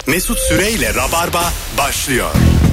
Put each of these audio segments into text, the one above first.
Mesut Süreyle Rabarba başlıyor.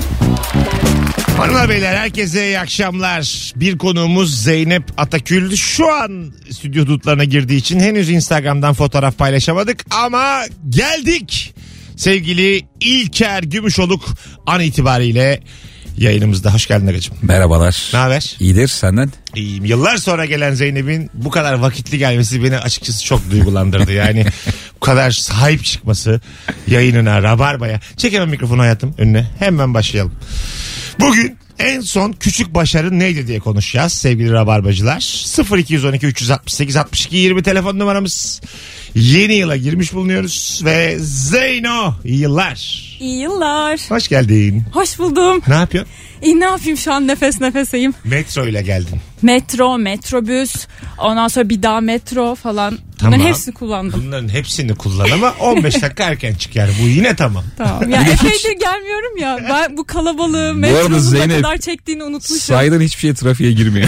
Hanımlar beyler herkese iyi akşamlar. Bir konuğumuz Zeynep Atakül şu an stüdyo dutlarına girdiği için henüz Instagram'dan fotoğraf paylaşamadık ama geldik. Sevgili İlker Gümüşoluk an itibariyle yayınımızda. Hoş geldin Agacığım. Merhabalar. Ne haber? İyidir, senden? İyiyim. Yıllar sonra gelen Zeynep'in bu kadar vakitli gelmesi beni açıkçası çok duygulandırdı. Yani bu kadar sahip çıkması yayınına, Rabarba'ya. Çek hemen mikrofonu hayatım önüne. Hemen başlayalım. Bugün en son küçük başarı neydi diye konuşacağız sevgili Rabarbacılar. 0212 368 62 20 telefon numaramız. Yeni yıla girmiş bulunuyoruz ve Zeyno iyi yıllar. İyi yıllar. Hoş geldin. Hoş buldum. Ne yapıyorsun? İyi, ne yapayım, şu an nefes nefeseyim. Metro ile geldin. Metro, metrobüs, ondan sonra bir daha metro falan. Bunların hepsini kullandım. Bunların hepsini kullan ama 15 dakika erken çık yani. Bu yine tamam. Tamam. Ya epeydir gelmiyorum ya. Ben bu kalabalığı metronun ne kadar çektiğini unutmuşum. Sahiden hiçbir şey trafiğe girmiyor.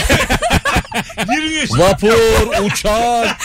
Girmiyor. Vapur, uçak.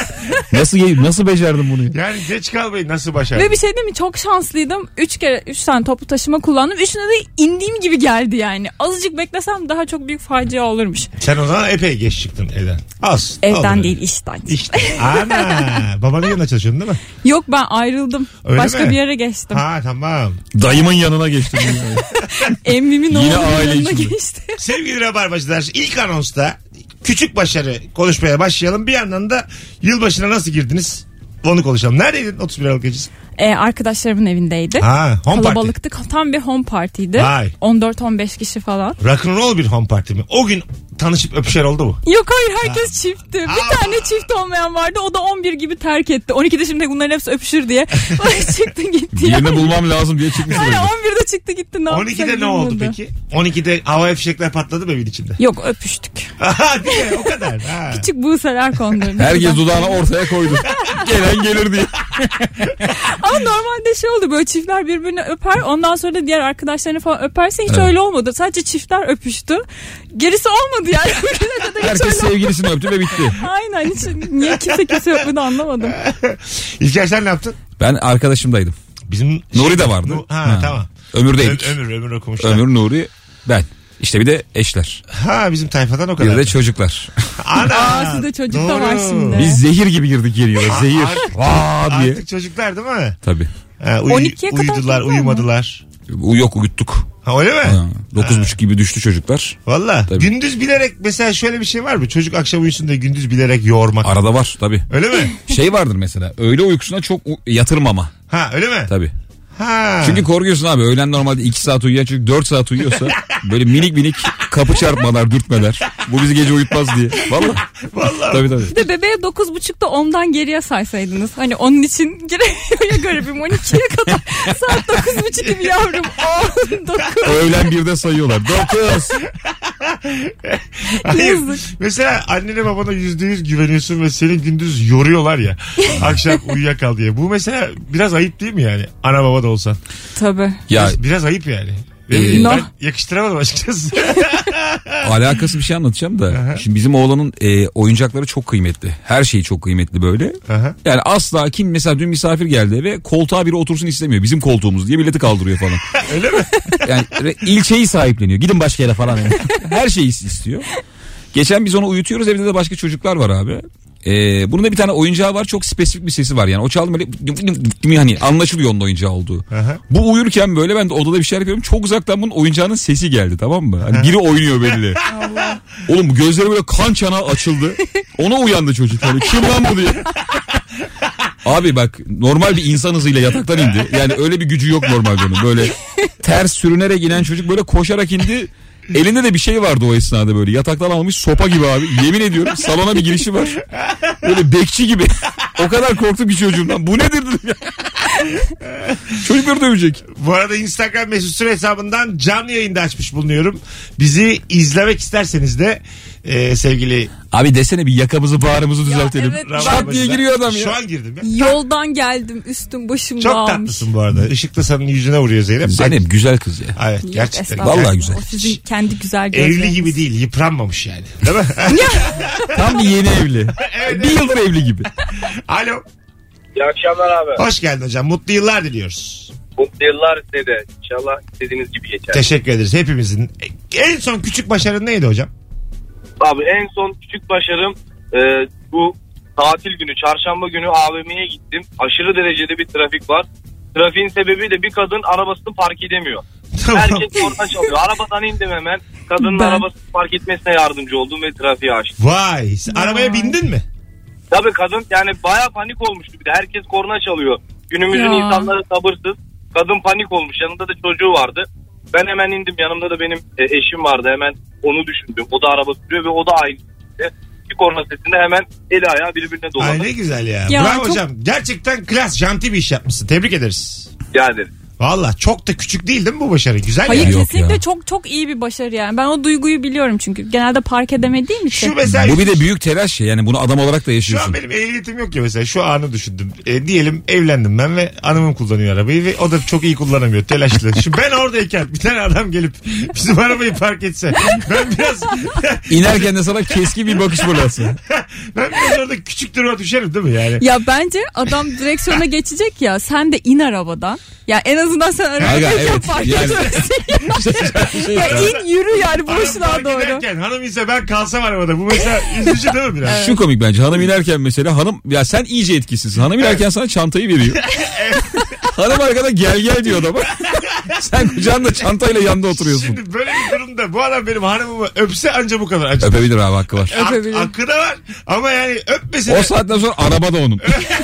Nasıl becerdin bunu? Yani geç kalmayın, nasıl başardın? Ve bir şey değil mi? Çok şanslıydım. 3 tane toplu taşıma kullandım. Üçüne de indiğim gibi geldi yani. Azıcık beklesem daha çok büyük facia olurmuş. Sen o zaman epey geç çıktın evden. Az. Evden olur. değil, işten. İşte. Ana. Babanın yanında çalışıyordun değil mi? Yok, ben ayrıldım. Öyle Başka mi? bir yere geçtim. Ha tamam. Dayımın yanına geçtim. Emmimin Yine oğlunun aile yanına içinde. geçtim. Sevgili Rabarbacılar, ilk anonsta küçük başarı konuşmaya başlayalım. Bir yandan da yılbaşına nasıl girdiniz? Onu konuşalım. Neredeydin 31 Aralık gecesi? Arkadaşlarımın evindeydi. Ha, home party. Kalabalıktık. Tam bir home party'ydi. Vay. 14-15 kişi falan. Rock'n'roll bir home party mi? O gün tanışıp öpüşer oldu mu? Yok, hayır, herkes çiftti. Bir tane çift olmayan vardı. O da 11 gibi terk etti. 12'de şimdi bunların hepsi öpüşür diye. Çıktı gitti. Birini bulmam lazım diye çıkmış. Yani 11'de çıktı gitti. Ne 12'de ne oldu peki? 12'de havai fişekler patladı mı evin içinde? Yok, öpüştük. Hadi be, o kadar. Ha. Küçük buğseler kondurdu. Herkes dudağını ortaya koydu. Gelen gelir diye. Ama normalde şey oldu, böyle çiftler birbirini öper, ondan sonra da diğer arkadaşlarını falan öperse hiç öyle olmadı. Sadece çiftler öpüştü. Gerisi olmadı yani. Herkes sevgilisini öptü ve bitti. Aynen, hiç niye kimse öpmedi anlamadım. İlker sen ne yaptın? Ben arkadaşımdaydım. Bizim Nuri de vardı. Tamam. Ömürdeydik. Ömür okumuşlar. Ömür, Nuri, ben. İşte bir de eşler. Ha, bizim tayfadan o kadar. Bir de çocuklar. Ana. Sizde çocuk da Doğru. var şimdi. Biz zehir gibi girdik yeni yıla. Zehir. Vaa diye. Artık çocuklar değil mi? Tabii. Ha, 12'ye kadar uyudular, çocuk uyumadılar. Yok, uyuttuk. Ha, öyle mi? 9.30 gibi düştü çocuklar. Valla. Tabii. Gündüz bilerek mesela şöyle bir şey var mı? Çocuk akşam uyusun da gündüz bilerek yoğurmak. Arada var tabii. Öyle mi? Şey vardır mesela, öğle uykusuna çok yatırmama. Ha, öyle mi? Tabii. Ha. Çünkü korkuyorsun abi, öğlen normalde 2 saat uyuyan çocuk 4 saat uyuyorsa böyle minik kapı çarpmalar, dürtmeler. Bu bizi gece uyutmaz diye. Vallahi. Tabii. Bir de bebeğe 9.30'da 10'dan geriye saysaydınız. Hani onun için giremiyor ya garibim, 12'ye kadar. Saat 9.30 gibi yavrum. 10, 9. Öğlen 1'de sayıyorlar. 9. Hayır. Yazık. Mesela annene babana %100 güveniyorsun ve seni gündüz yoruyorlar ya. Akşam uyuyakal diye. Bu mesela biraz ayıp değil mi yani? Ana baba da olsan. Tabii. Ya Biraz ayıp yani. Ben yakıştıramadım açıkçası. alakası bir şey anlatacağım da. Şimdi bizim oğlanın oyuncakları çok kıymetli. Her şeyi çok kıymetli böyle. Aha. Yani asla kim mesela dün misafir geldi eve koltuğa biri otursun istemiyor. Bizim koltuğumuz diye milleti kaldırıyor falan. Öyle mi? Yani ilçeyi sahipleniyor. Gidin başka yere falan. Yani. Her şeyi istiyor. Geçen biz onu uyutuyoruz, evde de başka çocuklar var abi. Bunun da bir tane oyuncağı var, çok spesifik bir sesi var yani. O çaldı böyle hani anlaşılıyor onun oyuncağı olduğu. Aha. Bu uyurken böyle ben de odada bir şeyler yapıyorum. Çok uzaktan bunun oyuncağının sesi geldi, tamam mı? Hani biri oynuyor belli. Oğlum bu gözleri böyle kan çanağı açıldı. Ona uyandı çocuk. Yani kim lan bu diye. Abi bak, normal bir insan hızıyla yataktan indi. Yani öyle bir gücü yok normalde onun. Böyle ters sürünerek inen çocuk böyle koşarak indi. Elinde de bir şey vardı o esnada, böyle yataktan almış sopa gibi abi. Yemin ediyorum salona bir girişi var. Böyle bekçi gibi. O kadar korktum ki çocuğumdan. Bu nedir dedim ya. Çocukları dövecek. Bu arada Instagram Mesut Süre hesabından canlı yayında açmış bulunuyorum. Bizi izlemek isterseniz de sevgili... Abi desene bir yakamızı bağrımızı düzeltelim. evet. Çat diye giriyor adam ya. Şu an girdim ya. Yoldan geldim, üstüm başım Çok dağılmış. tatlısın bu arada. Işık da senin yüzüne vuruyor Zeynep. Zeynep güzel kız ya. Evet, Yok, gerçekten. estağfurullah. Vallahi güzel. O sizin kendi güzel gözleriniz. Evli gibi değil, yıpranmamış yani. Değil mi? Tam bir yeni evli. Bir yıldır evli gibi. Alo. İyi akşamlar abi. Hoş geldin hocam. Mutlu yıllar diliyoruz. Mutlu yıllar size de. İnşallah istediğiniz gibi geçer. Teşekkür ederiz hepimizin. En son küçük başarın neydi hocam? Abi en son küçük başarım bu tatil günü, çarşamba günü AVM'ye gittim. Aşırı derecede bir trafik var. Trafiğin sebebi de bir kadın arabasını park edemiyor. Tamam. Herkes korna çalıyor. Arabadan indim hemen. Kadının arabasını park etmesine yardımcı oldum ve trafiği açtım. Vay. Arabaya bindin mi? Tabii kadın yani bayağı panik olmuştu bir de. Herkes korna çalıyor. Günümüzün insanları sabırsız. Kadın panik olmuş. Yanında da çocuğu vardı. Ben hemen indim. Yanımda da benim eşim vardı. Hemen onu düşündüm. O da araba sürüyor ve o da aynı. Bir korna sesinde hemen eli ayağı birbirine doladı. Ay ne güzel ya. Ya Bravo çok- hocam. Gerçekten klas, janti bir iş yapmışsın. Tebrik ederiz. Yani. Valla çok da küçük değil mi bu başarı? Güzel Hayır yani. Yok kesinlikle ya. çok çok iyi bir başarı yani. Ben o duyguyu biliyorum çünkü. Genelde park edemediğim için. Şu mesela Bu bir de büyük telaş ya. Yani bunu adam olarak da şu an yaşıyorsun. benim ehliyetim yok ya mesela. Şu anı düşündüm. Diyelim evlendim ben ve hanımım kullanıyor arabayı ve o da çok iyi kullanamıyor. Telaşlı. Şimdi ben oradayken bir tane adam gelip bizim arabayı park etse ben biraz İnerken de sana keskin bir bakış fırlatsın. ben biraz orada küçük duruma düşerim değil mi yani? Ya bence adam direksiyona geçecek ya. Sen de in arabadan. Ya en azından sen Aga, arabadayken evet. fark Yani- ediyorsun. Ya in yürü yani Hanım boşluğa park doğru. ederken hanım ise ben kalsam arabada. Bu mesela üzücü değil mi biraz? Şu komik bence. Hanım inerken mesela hanım ya sen iyice etkisizsin. Hanım inerken sana çantayı veriyor. Hanım arkada gel diyor adama. Sen kucağında çantayla yanında oturuyorsun. Şimdi böyle bir durumda bu adam benim hanımımı öpse anca bu kadar acı. Öpebilir abi, hakkı var. Öpebilir. Hakkı da var ama yani öpmese O de saatten sonra araba da onun.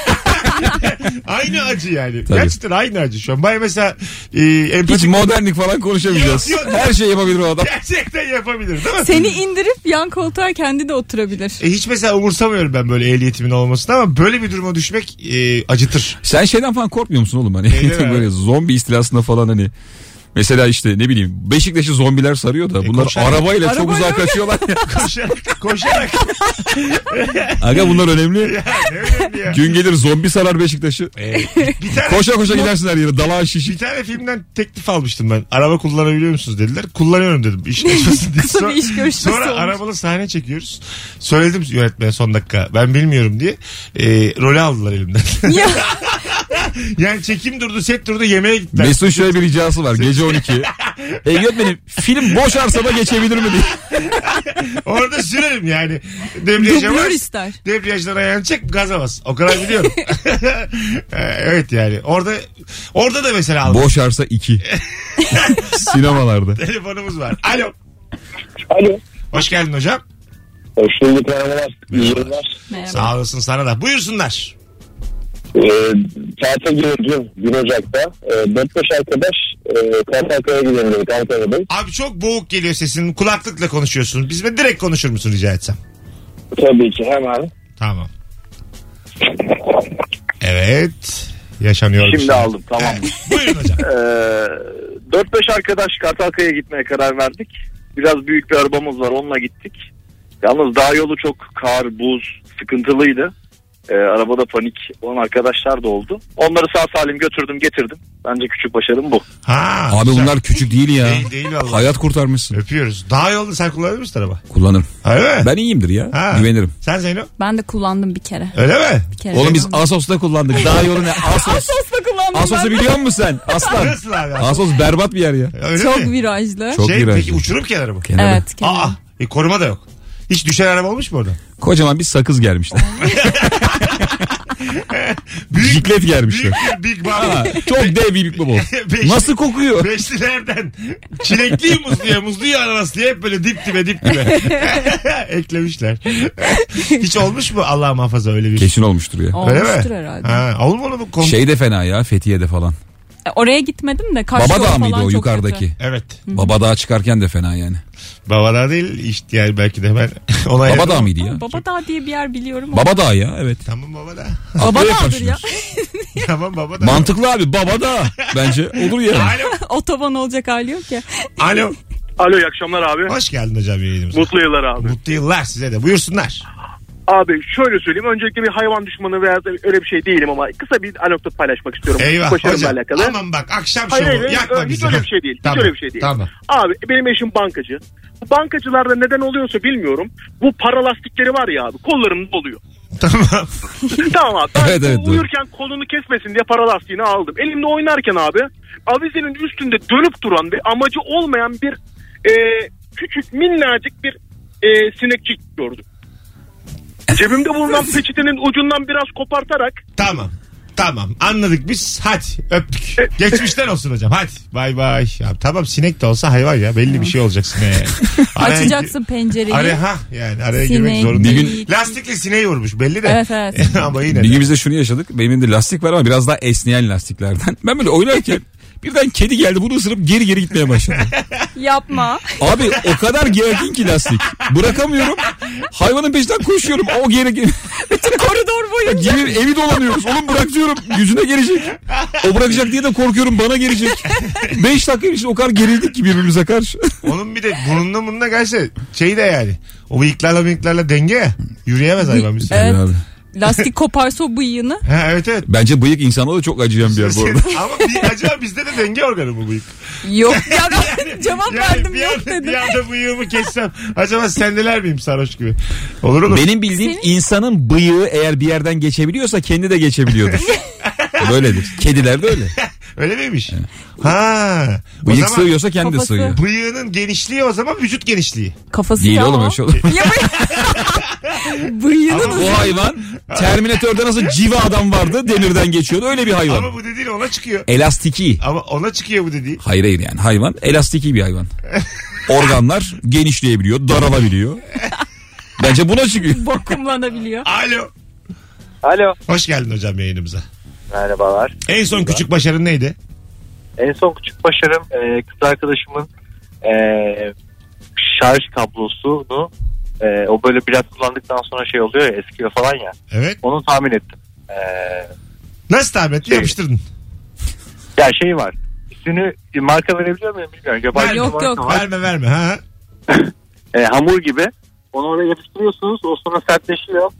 aynı acı yani. Tabii. Gerçekten aynı acı şu an. Ben mesela Hiç empati modernlik falan konuşamayacağız. Yok, yok. Her şeyi yapabilir o adam. gerçekten yapabilir değil mi? Seni indirip yan koltuğa kendi de oturabilir. Hiç mesela umursamıyorum ben böyle ehliyetimin olmasını ama böyle bir duruma düşmek acıtır. Sen şeyden falan korkmuyor musun oğlum? Hani Neyden böyle abi? zombi istilasında falan hani. Mesela işte ne bileyim Beşiktaş'ı zombiler sarıyor da bunlar koşarak. arabayla çok Arabayla uzağa kaçıyorlar ya. Koşarak. Aga bunlar önemli. Ya, ne önemli ya. Gün gelir zombi sarar Beşiktaş'ı. Bir tane, Koşa koşa gidersin her yere. Dalağın bir şişik. tane filmden teklif almıştım ben. Araba kullanabiliyor musunuz dediler. Kullanıyorum dedim. İş geçmesin diye. Kısa bir iş görüşmesi Sonra olmuş. arabalı sahne çekiyoruz. Söyledim yönetmene son dakika. Ben bilmiyorum diye. Rolü aldılar elimden. Ya Yani çekim durdu, set durdu, yemeğe gittiler. Mesut'un şöyle bir ricası var. Gece 12. Yönetmenim film boş arsada geçebilir mi diye. Orada sürerim yani. Debriyaja dublör bas. ister. Debriyajdan ayağını çek, gaza bas. O kadar biliyorum. Evet yani. Orada da mesela aldım. Boş arsa 2. Sinemalarda. Telefonumuz var. Alo. Alo. Hoş geldin hocam. Hoş bulduk, merhabalar. İyi yıllar. merhaba. Sağ olasın sana da. Buyursunlar. Tatil gidiyorum 1 Ocak'ta. 4-5 arkadaş Kartalkaya gidelim dedik, Ankara'dayız. Abi çok boğuk geliyor sesin. Kulaklıkla konuşuyorsun. Bizimle direkt konuşur musun rica etsem? Tabii ki hemen. Tamam. Evet. Yaşanıyor. bir Şimdi şey. aldım, tamam mı? Buyurun hocam. 4-5 arkadaş Kartalkaya gitmeye karar verdik. Biraz büyük bir arabamız var, onunla gittik. Yalnız dağ yolu çok kar, buz, sıkıntılıydı. Arabada panik olan arkadaşlar da oldu. Onları sağ salim götürdüm getirdim. Bence küçük başarım bu. Ha, Abi güzel. bunlar küçük değil ya. Değil vallahi. Hayat kurtarmışsın. Öpüyoruz. Daha yolda sen kullanır mısın araba? Kullanırım. Öyle mi? Ben iyiyimdir ya. Ha. Güvenirim. Sen Zeyno? Ben de kullandım bir kere. Öyle mi? Bir kere Oğlum biz kullandım. Asos'ta kullandık. Daha yolu ne? Asos. Asos'ta kullandım Asos'u ben. biliyor musun sen? Aslan. Nasıl abi? Asos berbat bir yer ya. Öyle Çok mi? virajlı. Çok virajlı. Peki uçurum kenarı mı? Kenara. Evet. kenara. Aa, koruma da yok. Hiç düşen araba olmuş mu orada? Kocaman bir sakız germişler. Jiklet germişler. Büyük bir Big Bang. Ha, çok dev bir bol. Beş- Nasıl kokuyor? Beşlilerden çilekli muzluyu ananaslıya hep böyle dip dibe eklemişler. Hiç olmuş mu Allah muhafaza öyle bir? Kesin olmuştur ya. Öyle mi? Olmuştur herhalde. Ha, olmalı mı? Şey de fena ya, Fethiye'de falan. Oraya gitmedim de. Kaş yolu Babadağ mıydı falan o çok yukarıdaki? kötü. Evet. Babadağ çıkarken de fena yani. Babadağ değil işte yani belki de ben ona Babadağ mıydı ya? Babadağ diye bir yer biliyorum. ama. Babadağ ya, evet. Tamam Babadağ. Aklaya Babadağ'dır ya. karşılıyoruz. Tamam Babadağ. Mantıklı abi, Babadağ. Bence olur ya. Alo. Otoban olacak hali yok ya. Alo. Alo, iyi akşamlar abi. Hoş geldin hocam yayınımıza. Mutlu yıllar abi. Mutlu yıllar size de. Buyursunlar. Abi şöyle söyleyeyim. Öncelikle bir hayvan düşmanı veya öyle bir şey değilim ama kısa bir anekdot paylaşmak istiyorum. Eyvah Başarımla hocam. alakalı. Aman bak akşam Hayır, şovu hayır, yakma hiç bizi. öyle bir şey değil. Tamam. Hiç öyle bir şey değil. Tamam. Abi benim eşim bankacı. Bu bankacılarda neden oluyorsa bilmiyorum. Bu para lastikleri var ya abi, kollarında oluyor. Tamam. Tamam abi. Ben Evet, doğru. uyurken kolunu kesmesin diye para lastiğini aldım. Elimde oynarken abi avizenin üstünde dönüp duran ve amacı olmayan bir küçük minnacık bir sinekçik gördüm. Cebimde bulunan peçetenin ucundan biraz kopartarak. Tamam anladık biz, hadi öptük. Geçmişten olsun hocam, hadi bay bay. Ya, tamam sinek de olsa hayvan ya, belli bir şey olacaksın yani. Açacaksın pencereyi. Araya girmek Sinek. zorunda Bir değil. gün- Lastikle sineği vurmuş belli de. Evet. Ama yine Bir de. gün biz de şunu yaşadık. Benim de lastik var ama biraz daha esneyen lastiklerden. Ben böyle oynarken birden kedi geldi, bunu ısırıp geri gitmeye başladı. Yapma. Abi o kadar gergin ki lastik. Bırakamıyorum. Hayvanın peşinden koşuyorum. O geri Bütün koridor boyunca. gibi evi dolanıyoruz. Oğlum bırak diyorum. Yüzüne gelecek. O bırakacak diye de korkuyorum, bana gelecek. 5 dakika için o kadar gerildik ki birbirimize karşı. Onun bir de burnuna gelse şey de yani. O bıyıklarla denge ya. Yürüyemez hayvan bir süre. Evet. Abi. Lastik koparsa o bıyığını. Ha, evet. Bence bıyık insana da çok acıyan bir yer bu arada. Ama acaba bizde de denge organı bu bıyık. Yok ya, ben cevap verdim bir yok anda, dedim. bir anda bıyığımı kessem acaba sendeler miyim sarhoş gibi? Olur. Benim bildiğim insanın bıyığı eğer bir yerden geçebiliyorsa kendi de geçebiliyordur. Böyledir. Kediler de öyle. Öyle miymiş? Ha. O Bıyık zaman sığıyorsa kendi de Kafası. sığıyor. bıyığının genişliği o zaman vücut genişliği. Kafası Değil ya oğlum o. öyle şey olur. Ya bıyığının Bu hayvan Terminator'da nasıl civa adam vardı, demirden geçiyordu, öyle bir hayvan. Ama bu dediğin ona çıkıyor. Elastiki. Ama ona çıkıyor bu dediğin. Hayır yani hayvan elastiki bir hayvan. Organlar genişleyebiliyor, daralabiliyor. Bence buna çıkıyor. vakumlanabiliyor. Alo. Alo. Hoş geldin hocam yayınımıza. Merhabalar. En son küçük başarın neydi? En son küçük başarım kız arkadaşımın şarj kablosunu o böyle biraz kullandıktan sonra şey oluyor ya, eskiyor falan ya. Evet. Onu tahmin ettim. Nasıl tahmin ettin? Şey- Yapıştırdın. Ya şey var. Üstünü marka verebiliyor muyum bilmiyorum. Yabancı Yok, marka yok. var. Verme. Ha. Hamur gibi. Onu oraya yapıştırıyorsunuz. O sonra sertleşiyor.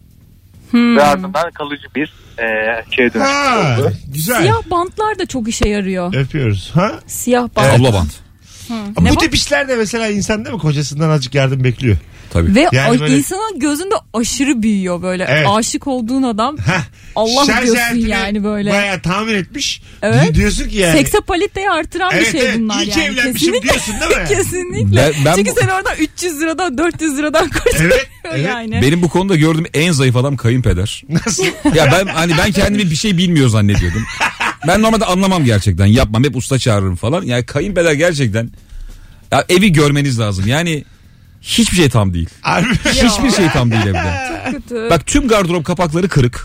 Ve ardından kalıcı bir şeye Ha. dönüşüyor. Güzel. Siyah bantlar da çok işe yarıyor. Öpüyoruz. Ha? Siyah bant. Evet. Abla bant. Bu tip işlerde mesela insan değil mi kocasından azıcık yardım bekliyor. Tabii. Ve Yani böyle- insanın gözünde aşırı büyüyor böyle. Evet. Aşık olduğun adam Heh. Allah Şarj diyorsun aletini yani böyle. bayağı tahmin etmiş. Evet. Diyorsun ki yani. Seksapaliteyi artıran Evet, bir şey evet. bunlar İyi ki yani. evlenmişim diyorsun değil mi? Kesinlikle. Ben Çünkü bu- sen oradan 300 liradan 400 liradan kurtarıyor Evet. yani. Benim bu konuda gördüğüm en zayıf adam kayınpeder. Nasıl? Ya ben kendimi bir şey bilmiyor zannediyordum. Ben normalde anlamam gerçekten. Yapmam, hep usta çağırırım falan. Yani kayınpeder gerçekten, ya evi görmeniz lazım. Yani hiçbir şey tam değil. Harbi. Hiçbir şey tam değil evde. Kötü. Bak tüm gardırop kapakları kırık.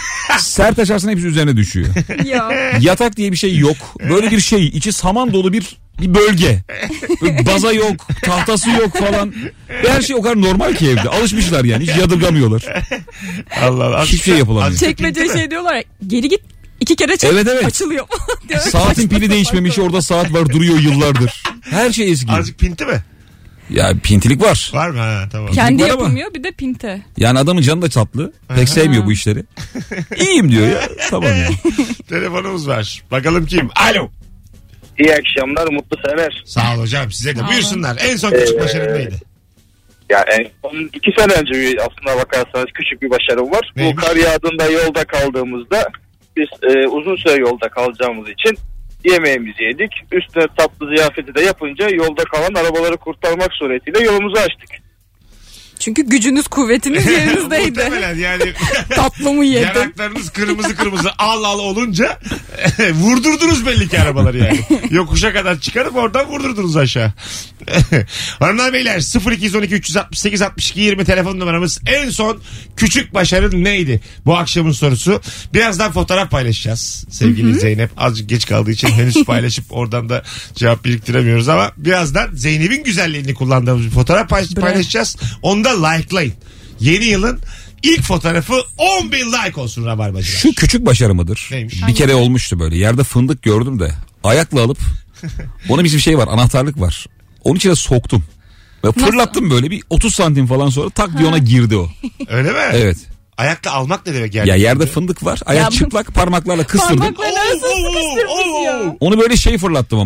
Sert açarsan hepsi üzerine düşüyor. Ya. Yatak diye bir şey yok. Böyle bir şey, içi saman dolu bir bölge. Böyle baza yok, tahtası yok falan. Ve her şey o kadar normal ki evde. Alışmışlar yani, hiç yadırgamıyorlar. Allah Allah. Hiçbir şey yapılamıyor. Azıcık Çekmece pinti mi? şey diyorlar ya, geri git 2 kere çek Evet. açılıyor falan diyor. Saatin pili değişmemiş, orada saat var duruyor yıllardır. Her şey eski. Azıcık pinti mi? Ya pintilik var. Var mı? Ha tamam. Kendi var ama. yapamıyor bir de pinte. Yani adamın canı da tatlı. Pek sevmiyor bu işleri. İyiyim diyor ya. Tamam ya. Telefonumuz var. Bakalım kim? Alo. İyi akşamlar, mutlu seneler. Sağ ol hocam, size de. Sağ ol. Buyursunlar. En son küçük başarın neydi? Ya en son 2 sene önce aslında bakarsanız küçük bir başarım var. Neymiş? Bu kar yağdığında yolda kaldığımızda biz uzun süre yolda kalacağımız için yemeğimizi yedik. Üstüne tatlı ziyafeti de yapınca yolda kalan arabaları kurtarmak suretiyle yolumuzu açtık. Çünkü gücünüz kuvvetiniz yerinizdeydi. Muhtemelen yani Tatlı mı yedin? yanaklarınız kırmızı al olunca vurdurdunuz belli ki arabaları yani. Yokuşa kadar çıkarıp oradan vurdurdunuz aşağı. Hanımlar beyler 0212 368 62 20 telefon numaramız. En son küçük başarın neydi? Bu akşamın sorusu. Birazdan fotoğraf paylaşacağız sevgili Zeynep. Azıcık geç kaldığı için henüz paylaşıp oradan da cevap biriktiremiyoruz ama birazdan Zeynep'in güzelliğini kullandığımız bir fotoğraf paylaşacağız. Onu da likelayın. Yeni yılın ilk fotoğrafı 10.000 like olsun Rabarbacılar. Şu küçük başarı mıdır? Neymiş? Bir kere olmuştu böyle. Yerde fındık gördüm de ayakla alıp onun bizim şey var, anahtarlık var. Onun içine soktum. Ve fırlattım böyle bir 30 santim falan sonra tak diye ona girdi o. Öyle mi? Evet. Ayakla almak ne demek Ya yerde fındık var. Ayak Ya bu- çıplak, parmaklarla kıstırdım. Parmakların arasına sıkıştırmış ya. Onu böyle şey fırlattım ama.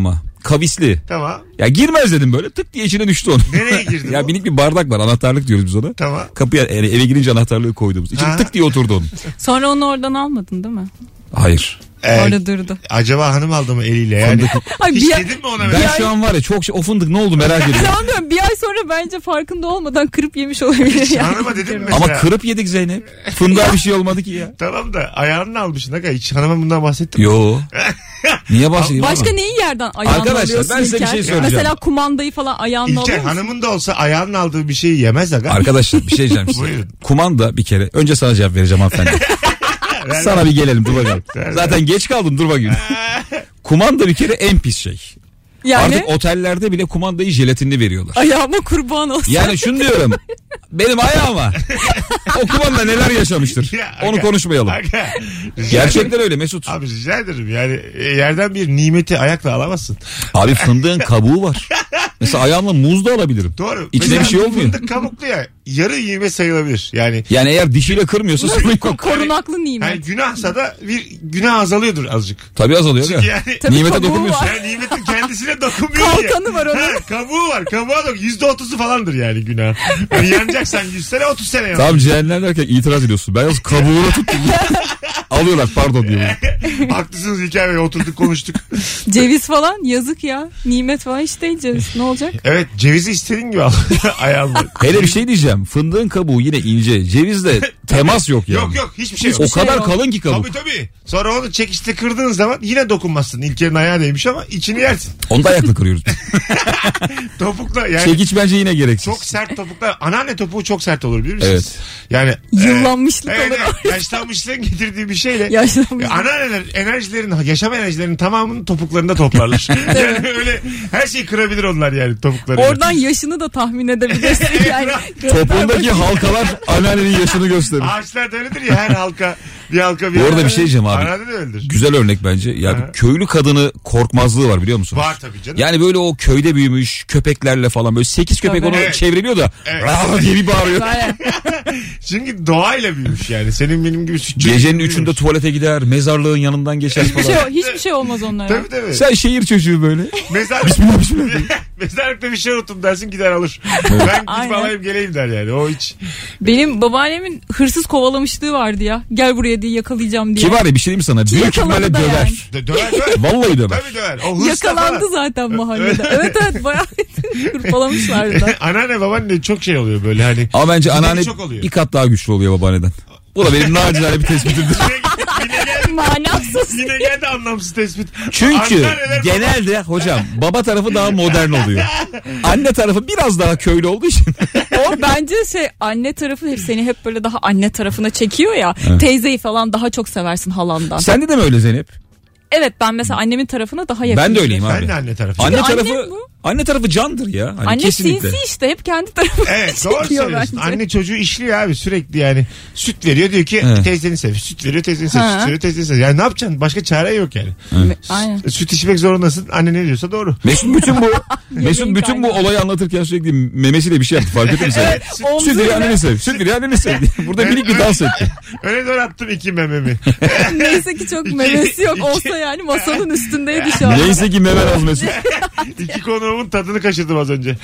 kavisli. Tamam. Ya girmez dedim böyle, tık diye içine düştü onu. Nereye girdi Ya bu? minik bir bardak var, anahtarlık diyoruz biz ona. Tamam. Kapıya eve girince anahtarlığı koyduğumuz. İçine Ha. tık diye oturdu onun. Sonra onu oradan almadın değil mi? Hayır. Orada durdu. Acaba hanım aldı mı eliyle yani? Ay, Hiç bir- dedin mi ona? Ben mesela? şu an var ya çok o fındık ne oldu merak ediyorum. Sanmıyorum, bir ay sonra bence farkında olmadan kırıp yemiş olabilir yani. Hanıma dedin mi mesela? Ama kırıp yedik Zeynep. Fındığa bir şey olmadı ki ya. Tamam da ayağını almışsın. Aga hiç hanıma bundan bahsettin mi? Yo. Niye bahsedeyim? Başka ama? neyi yerden ayağına Arkadaşlar, alıyorsun ben size bir İlker? şey söyleyeceğim. Mesela kumandayı falan ayağına İlker alıyor musun? hanımın da olsa ayağının aldığı bir şeyi yemez aga. Arkadaşlar bir şey diyeceğim size. Buyurun. Kumanda bir kere. Önce sana cevap vereceğim hanımefendi. Sana bir gelelim, dur bakalım. Zaten geç kaldın, dur bakayım. Kumanda bir kere en pis şey. Yani Artık otellerde bile kumandayı jelatinli veriyorlar. ayağıma kurban olsun. Yani şunu diyorum. Benim ayağıma o kumanda neler yaşamıştır. Ya, Onu aga, konuşmayalım. aga, rica Gerçekten ederim. öyle Mesut. Abi rica ederim yani yerden bir nimeti ayakla alamazsın. Abi fındığın kabuğu var. Mesela ayağımla muz da alabilirim. Doğru. İçine Mesela bir şey olmuyor. fındık kabuklu ya yarı yeme sayılabilir. Yani Yani eğer dişiyle kırmıyorsa sorun yok. Korunaklı nimet. hani günahsa da bir günah azalıyordur azıcık. Tabii azalıyor Çünkü ya. yani Tabii Nimete kabuğu dokunmuyorsun. var. yani nimetin kendisine dokunmuyor ya. Kalkanı var onun. Ha, kabuğu var. Kabuğa da %30'u falandır yani günah. Yani yanacaksan 100 sene 30 sene yan. Tamam cehennem derken itiraz ediyorsun. Ben yalnız kabuğunu tuttum. Alıyorlar pardon diyor. Haklısınız İlker Bey, oturduk konuştuk. Ceviz falan yazık ya. Nimet falan hiç değil ceviz. Ne olacak? Evet, cevizi istediğin gibi al ayağımda. Hele bir şey diyeceğim. Fındığın kabuğu yine ince. Cevizle temas yok yani. Yok hiçbir şey yok. O kadar yok. kalın ki kabuk. Tabii. Sonra onu çekişte kırdığın zaman yine dokunmazsın. İlker'in ayağı değmiş ama içini yersin. Onu da ayakla kırıyoruz. Topukla yani Çekiç bence yine gereksiz. çok sert topuklar. Anneanne topuğu çok sert olur bilir misiniz? Evet. Yani Yıllanmışlık evet, olur. evet, yaşlanmışlığın getirdiği bir şeyle Yaşlanmışlık. anneanneler yaşam enerjilerinin tamamını topuklarında toplarlar. Yani öyle her şeyi kırabilir onlar yani topuklarıyla. Oradan yaşını da tahmin edebilirsin yani. Topuğundaki halkalar anneannenin yaşını gösterir. Ağaçlar da öyledir ya, her halka bir halka bir Bu arada halka. bir şey diyeceğim abi. Anneanne de öyledir. Güzel örnek bence. Ya Ha. köylü kadını korkmazlığı var biliyor musun? Var tabii canım. Yani böyle o köyde büyümüş köpeklerle falan böyle 8 köpek Tabii. onu Evet. çevreliyor da Evet. "Raa!" diye bir bağırıyor. Aynen. Çünkü doğayla büyümüş yani. Senin benim gibi sütçü. Gecenin 3'ünde tuvalete gider, mezarlığın yanından geçer Hiçbir falan. hiçbir şey olmaz onlara. Tabii tabii. Sen şehir çocuğu böyle. Bismillah. Mezarlıkta bir şey unuttum dersin, gider alır. Ben gidip Aynen. alayım geleyim der yani. O hiç. Benim babaannemin hırsız kovalamışlığı vardı ya. Gel buraya diye yakalayacağım diye. Ki var ya bir şey diyeyim sana. Büyük ihtimalle yakaladı da döver. yani. Döver. Vallahi döver. Tabii döver. O hırsla Yakalandı falan. zaten mahallede. Evet bayağı hırpalamışlardı da. Anneanne babaanne çok şey oluyor böyle hani. Ama bence Gideri anneanne çok oluyor. bir kat daha güçlü oluyor babaanneden. Bu da benim nacizane bir tespitimdir. Manasız. Yine geldi anlamsız tespit. Çünkü Anneanneler- genelde hocam baba tarafı daha modern oluyor. Anne tarafı biraz daha köylü olduğu için. O bence anne tarafı hep seni hep böyle daha anne tarafına çekiyor ya. Teyzeyi falan daha çok seversin halandan. Sende de mi öyle Zeynep? Evet, ben mesela annemin tarafına daha yakınım. Ben de öyleyim abi. Ben de anne tarafı. Anne Çünkü tarafı annem bu. anne tarafı candır ya. Hani Anne kesinlikle. sinsi işte, hep kendi tarafına Evet doğru çekiyor söylüyorsun. bence. Anne çocuğu işliyor abi sürekli yani. Süt veriyor diyor ki Evet. teyzeni sev. Süt veriyor teyzeni sev. Ha. Süt veriyor teyzeni sev. Yani ne yapacaksın? Başka çare yok yani. Aynen. Süt içmek zorundasın. Anne ne diyorsa doğru. Mesut bütün bu olayı anlatırken sürekli memesiyle bir şey yaptı, fark ettin mi sen? Süt veriyor anneni sev. Süt veriyor anneni sev. Burada minik bir dans etti. Öyle doğru attım 2 mememi. Neyse ki çok İki- memesi yok. iki- Olsa yani masanın üstündeydi şu an. Neyse ki memen az Mesut. 2 konuğumun tadını kaçırdım az önce.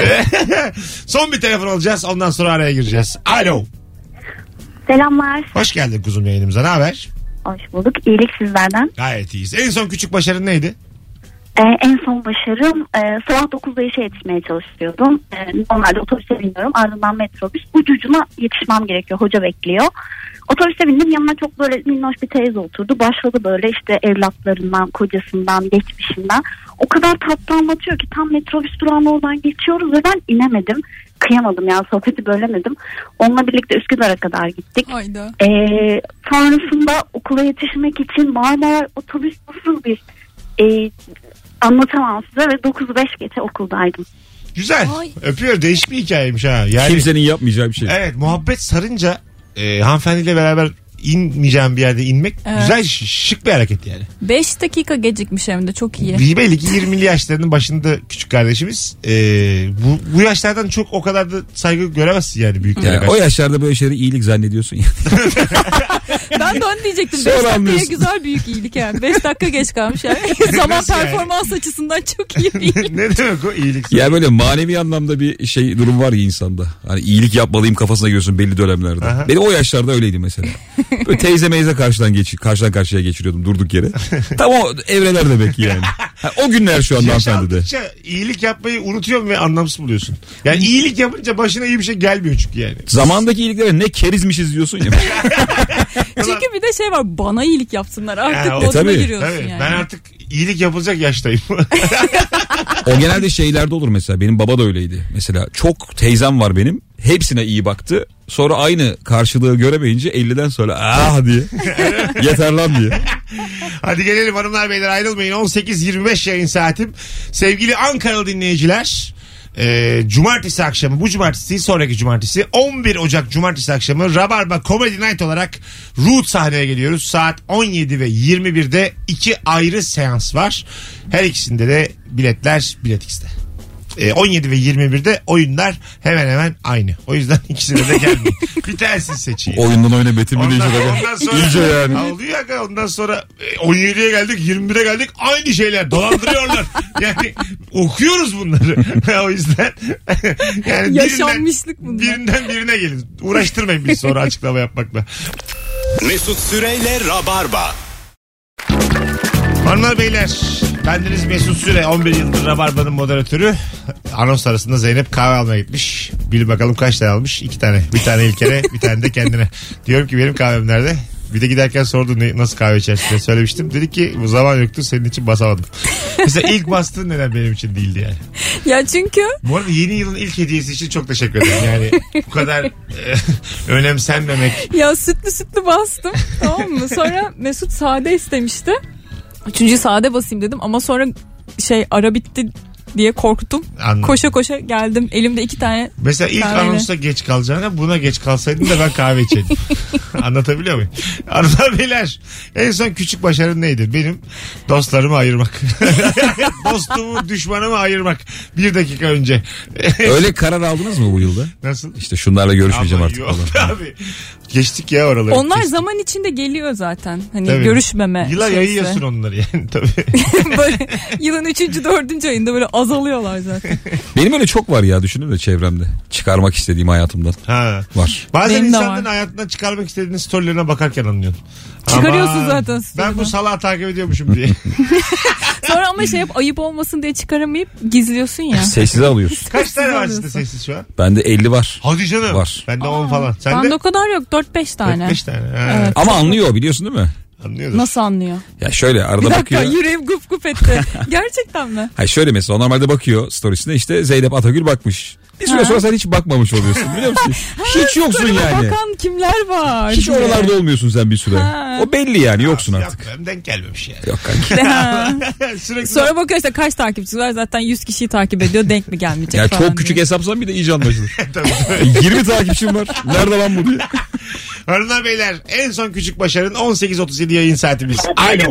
Son bir telefon alacağız. Ondan sonra araya gireceğiz. Alo. Selamlar. Hoş geldin kuzum yayınımıza. Ne haber? Hoş bulduk. İyilik sizlerden. Gayet iyiyiz. En son küçük başarın neydi? En son başarım sabah 9'da işe yetişmeye çalışıyordum. Normalde otobüse biniyorum. Ardından metrobüs. Ucucuna yetişmem gerekiyor. Hoca bekliyor. Otobüse bindim. Yanına çok böyle minnoş bir teyze oturdu. Başladı böyle işte evlatlarından, kocasından, geçmişinden. O kadar tatlı anlatıyor ki tam metrobüs durağına oradan geçiyoruz ve ben inemedim. Kıyamadım yani, sohbeti bölemedim. Onunla birlikte Üsküdar'a kadar gittik. Hayda. Sonrasında okula yetişmek için Marmara otobüs nasıl bir anlatamam size ve 9-5 geçe okuldaydım. Güzel. Ay. Öpüyor. Değişik bir hikayeymiş ha. Yani, Kimsenin yapmayacağı bir şey. evet muhabbet sarınca hanımefendiyle beraber inmeyeceğim bir yerde inmek Evet. güzel, şık bir hareket yani. 5 dakika gecikmiş hem de çok iyi. Belli ki 20'li yaşlarının başında küçük kardeşimiz. Bu yaşlardan çok o kadar da saygı göremezsin yani büyüklere Yani karşı. o yaşlarda böyle şeyleri iyilik zannediyorsun ya. Ben de onu diyecektim. 5 Sonra dakikaya anlıyorsun. güzel büyük iyilik yani. 5 dakika geç kalmış yani. Zaman Nasıl yani? performans açısından çok iyi bir iyilik. Ne demek o iyilik? Ya böyle manevi anlamda bir şey durum var ya insanda. Hani iyilik yapmalıyım kafasına giriyorsun belli dönemlerde. Aha. Benim o yaşlarda öyleydi mesela. Böyle teyze meyze karşıdan karşıya geçiriyordum durduk yere. Tam o evreler demek yani. Ha, o günler şu anda Yaş hanımefendi de. aldıkça iyilik yapmayı unutuyorsun ve anlamsız buluyorsun. Yani iyilik yapınca başına iyi bir şey gelmiyor çünkü yani. Zamandaki iyiliklere ne kerizmişiz diyorsun ya. Çünkü bir de şey var, bana iyilik yapsınlar artık Ha, moduna tabii. giriyorsun Tabii, yani. ben artık iyilik yapılacak yaştayım. O genelde şeylerde olur mesela. Benim baba da öyleydi. Mesela çok teyzem var benim. Hepsine iyi baktı. Sonra aynı karşılığı göremeyince 50'den sonra ah diye. Yeter lan diye. Hadi gelelim hanımlar beyler, ayrılmayın. 18.25 yayın saatim. Sevgili Ankaralı dinleyiciler, cumartesi akşamı, bu cumartesi değil, sonraki cumartesi 11 Ocak cumartesi akşamı Rabarba Comedy Night olarak Root sahneye geliyoruz. Saat 17 ve 21'de 2 ayrı seans var. Her ikisinde de biletler Bilet X'te. 17 ve 21'de oyunlar hemen hemen aynı. O yüzden ikisine de gelmeyin. Bir tanesini seçin. Oyundan oyuna metin mi değişir? Ondan sonra İyice yani. oluyor aga, ondan sonra 17'ye geldik, 21'e geldik, aynı şeyler dolandırıyorlar. Yani okuyoruz bunları. O yüzden yani Yaşanmışlık bunlar. birinden birine gelin. Uğraştırmayın bizi sonra açıklama yapmakla. Mesut Süreyle Rabarba. Hanımlar beyler, bendeniz Mesut Süre, 11 yıldır Rabarba'nın moderatörü. Anons arasında Zeynep kahve almaya gitmiş. Bil bakalım kaç tane almış? 2 tane. Bir tane İlker'e, bir tane de kendine. Diyorum ki benim kahvem nerede? Bir de giderken sordu nasıl kahve içersin diye söylemiştim. Dedi ki bu zaman yoktu, senin için basamadım. Mesela ilk bastığın neden benim için değildi yani. Ya çünkü Bu arada yeni yılın ilk hediyesi için çok teşekkür ederim. Yani bu kadar önemsenmemek. ya sütlü bastım, tamam mı? Sonra Mesut sade istemişti. 3. sade basayım dedim ama sonra ara bitti diye korktum. Anladım. Koşa koşa geldim. Elimde 2 tane Mesela ilk kahveyle. anonsta geç kalacağına buna geç kalsaydın da ben kahve içeydim. Anlatabiliyor muyum? Hanımlar beyler, en son küçük başarın neydi? Benim dostlarımı ayırmak. Dostumu düşmanımı ayırmak. 1 dakika önce. Öyle karar aldınız mı bu yılda? Nasıl? İşte şunlarla görüşmeyeceğim Ama artık yok falan. abi. Geçtik ya oraları. Onlar Geçtik. zaman içinde geliyor zaten. Hani Tabii. görüşmeme. Yıla şeysi. yayıyorsun onları yani tabii. Böyle yılın 3. 4. ayında böyle azalıyorlar zaten. Benim öyle çok var ya, düşünün de çevremde. Çıkarmak istediğim hayatımdan. Ha. Var. Bazen Benim de insanların var. hayatından çıkarmak istediğin storylerine bakarken anlıyorsun. Çıkarıyorsun Aman, zaten ben story'den. bu salağı takip ediyormuşum diye. Sonra ama yap ayıp olmasın diye çıkaramayıp gizliyorsun ya. Sessize alıyorsun. Kaç tane var alıyorsun. sizde sessiz şu an? Bende 50 var. Hadi canım. Var. Bende 10 falan. Sen Bende de o kadar yok, 4-5 tane. 5 tane. Ha. Evet. Ama anlıyor, biliyorsun değil mi? Anlıyordur. Nasıl anlıyor? Ya şöyle arada Bir dakika, bakıyor. yüreğim gup gup etti. Gerçekten mi? Hayır şöyle mesela normalde bakıyor storiesine, işte Zeynep Atagül bakmış. Bir süre sonra sen hiç bakmamış oluyorsun, biliyor musun? Hiç yoksun Story'me yani. bakan kimler var? Hiç diye. oralarda olmuyorsun sen bir süre. Ha. O belli yani, yoksun artık. Yapmıyorum, denk gelmemiş yani. Yok kanki. Ha. Sürekli Sonra bakıyor işte kaç takipçisi var, zaten 100 kişiyi takip ediyor, denk mi gelmeyecek Ya falan çok küçük diye. hesapsan bir de iyice anlaşılır. Tabii, tabii. 20 takipçim var. Nerede lan bu diye. Hanımlar beyler, en son küçük başarın 18.37 yayın saatimiz. Alo.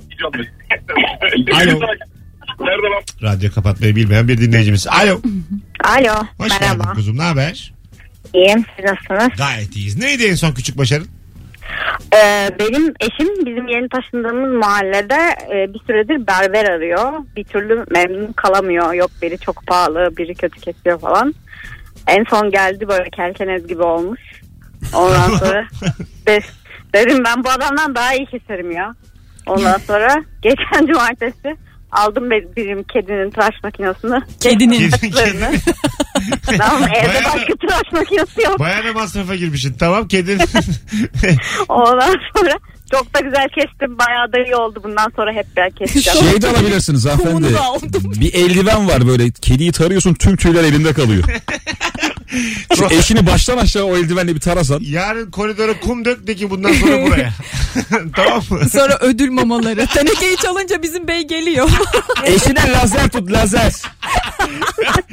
Alo. Radyo kapatmayı bilmeyen bir dinleyicimiz. Alo. Alo, Hoş merhaba. geldin kuzum, ne haber? İyiyim, siz nasılsınız? Gayet iyiyiz. Neydi en son küçük başarın? Benim eşim bizim yeni taşındığımız mahallede bir süredir berber arıyor. Bir türlü memnun kalamıyor. Yok biri çok pahalı, biri kötü kesiyor falan. En son geldi, böyle kelkenez gibi olmuş. Ondan sonra dedim ben bu adamdan daha iyi keserim ya. Ondan sonra geçen cumartesi aldım benim kedinin tıraş makinesini. Kedinin. Saçlarını. Tamam, evde Bayağı- başka tıraş makinesi yok. Bayağı da masrafa girmişsin. Tamam, kedin. Ondan sonra çok da güzel kestim. Bayağı da iyi oldu. Bundan sonra hep ben keseceğim. Şey de alabilirsiniz hanımefendi. Kumunu da aldım. Bir eldiven var böyle, kediyi tarıyorsun, tüm tüyler elinde kalıyor. Şu eşini baştan aşağı o eldivenle bir tarasan. Yarın koridora kum dök de ki bundan sonra buraya. Tamam mı? Sonra ödül mamaları. Tenekeyi çalınca bizim bey geliyor. Eşine lazer tut, lazer.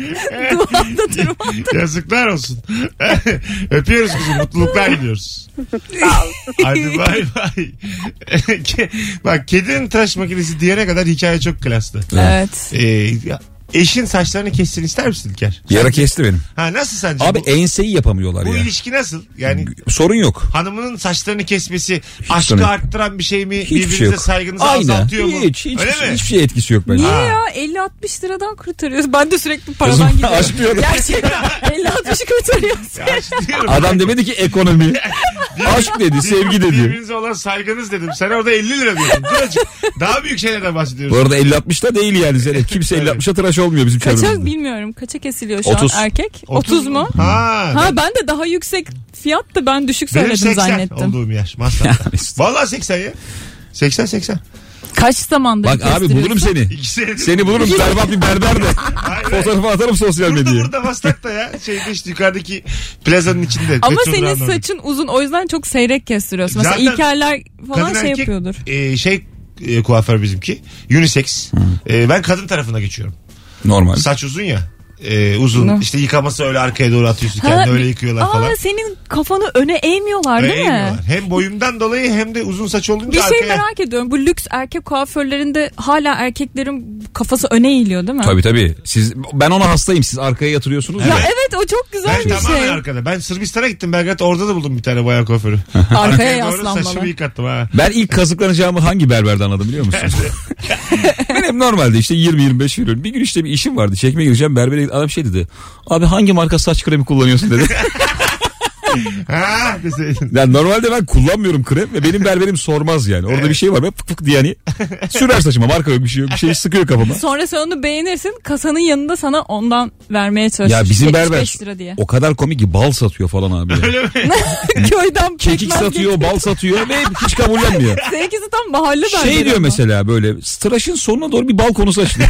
Duvarda durmadı. Yazıklar olsun. Öpüyoruz kızım. Mutluluklar diliyoruz. Hadi bay bay. Bak kedinin tıraş makinesi diyene kadar hikaye çok klaslı. Evet. Eşin saçlarını kessin ister misin İlker? Bir ara kesti benim. Ha nasıl sence? Abi enseyi yapamıyorlar bu ya. ilişki nasıl? Yani sorun yok. hanımının saçlarını kesmesi aşkı sorun yok. arttıran bir şey mi? Hiçbir Birbirinize şey yok. saygınızı Aynı. azaltıyor mu? Hiçbir mi? şey etkisi yok bence. Niye Ha. ya? 50-60 liradan kurtarıyoruz. Ben de sürekli paradan Kızım, gidiyorum. aşmıyor. Gerçekten 50-60'ı kurtarıyoruz. Ya aşk diyorum. Adam demedi ki ekonomi. Aşk dedi, sevgi dedi. Birbirinize olan saygınız dedim. Sen orada 50 lira diyorsun. Dur azıcık. Daha büyük şeylerden bahsediyoruz. Bu arada 50-60 da değil yani. Zeynep. Kimse 50-60'a tıraş olmuyor bizim Kaça çevremizde. bilmiyorum. Kaça kesiliyor şu 30. an erkek? 30 mu? Ha. Ben de daha yüksek fiyat da ben düşük Benim söyledim 80 zannettim. olduğum yaş. Masrafta. Vallahi 80 ya. 80. Kaç zamandır Bak abi bulurum seni. 2 senedir. Seni bulurum berbat bir berber de. Fotoğrafı atarım sosyal medyaya. Burada Maslak'ta ya. Şeyde işte yukarıdaki plazanın içinde. Ama Petrol senin durağının orada. saçın uzun o yüzden çok seyrek kestiriyorsun. Mesela Zaten İlkerler falan Kadın şey erkek, yapıyordur. Kuaför bizimki. Unisex. Ben kadın tarafına geçiyorum. Normal. Saç uzun ya. Uzun. Ne? İşte yıkaması öyle arkaya doğru atıyorsun. Kendi öyle yıkıyorlar falan. Senin kafanı öne eğmiyorlar değil mi? Eğmiyorlar. Hem boyumdan dolayı hem de uzun saç olunca Bir şey arkaya. merak ediyorum. Bu lüks erkek kuaförlerinde hala erkeklerin kafası öne eğiliyor değil mi? Tabii. Ben ona hastayım. Siz arkaya yatırıyorsunuz Ya ya. evet o çok güzel Ben bir tamamen şey. arkada. Ben Sırbistan'a gittim Belgrad'da, orada da buldum bir tane bayan kuaförü. Arkaya doğru saçımı yaslanmalı. yıkattım ha. Ben ilk kazıklanacağımı hangi berberden anladım biliyor musun? Ben hep normalde işte 20-25 veriyorum. Bir gün işte bir işim vardı. Çekmeye gireceğim. Berbere adam şey dedi. Abi hangi marka saç kremi kullanıyorsun dedi. Ha deseydin. Yani normalde ben kullanmıyorum krem ve benim berberim sormaz yani. Orada bir şey var böyle fık fık diye hani sürer saçıma, marka yok bir şey yok. Bir şey sıkıyor kafama. Sonra sen onu beğenirsin kasanın yanında sana ondan vermeye çalışır. Ya bizim 75 berber lira diye. o kadar komik ki bal satıyor falan abi. Yani. Öyle mi? Köyden Kekik pekmez satıyor, getirip- bal satıyor ve hiç kabullenmiyor. Seninkisi tam mahalle berberi Şey diyor ama. mesela böyle tıraşın sonuna doğru bir bal konusu açılıyor.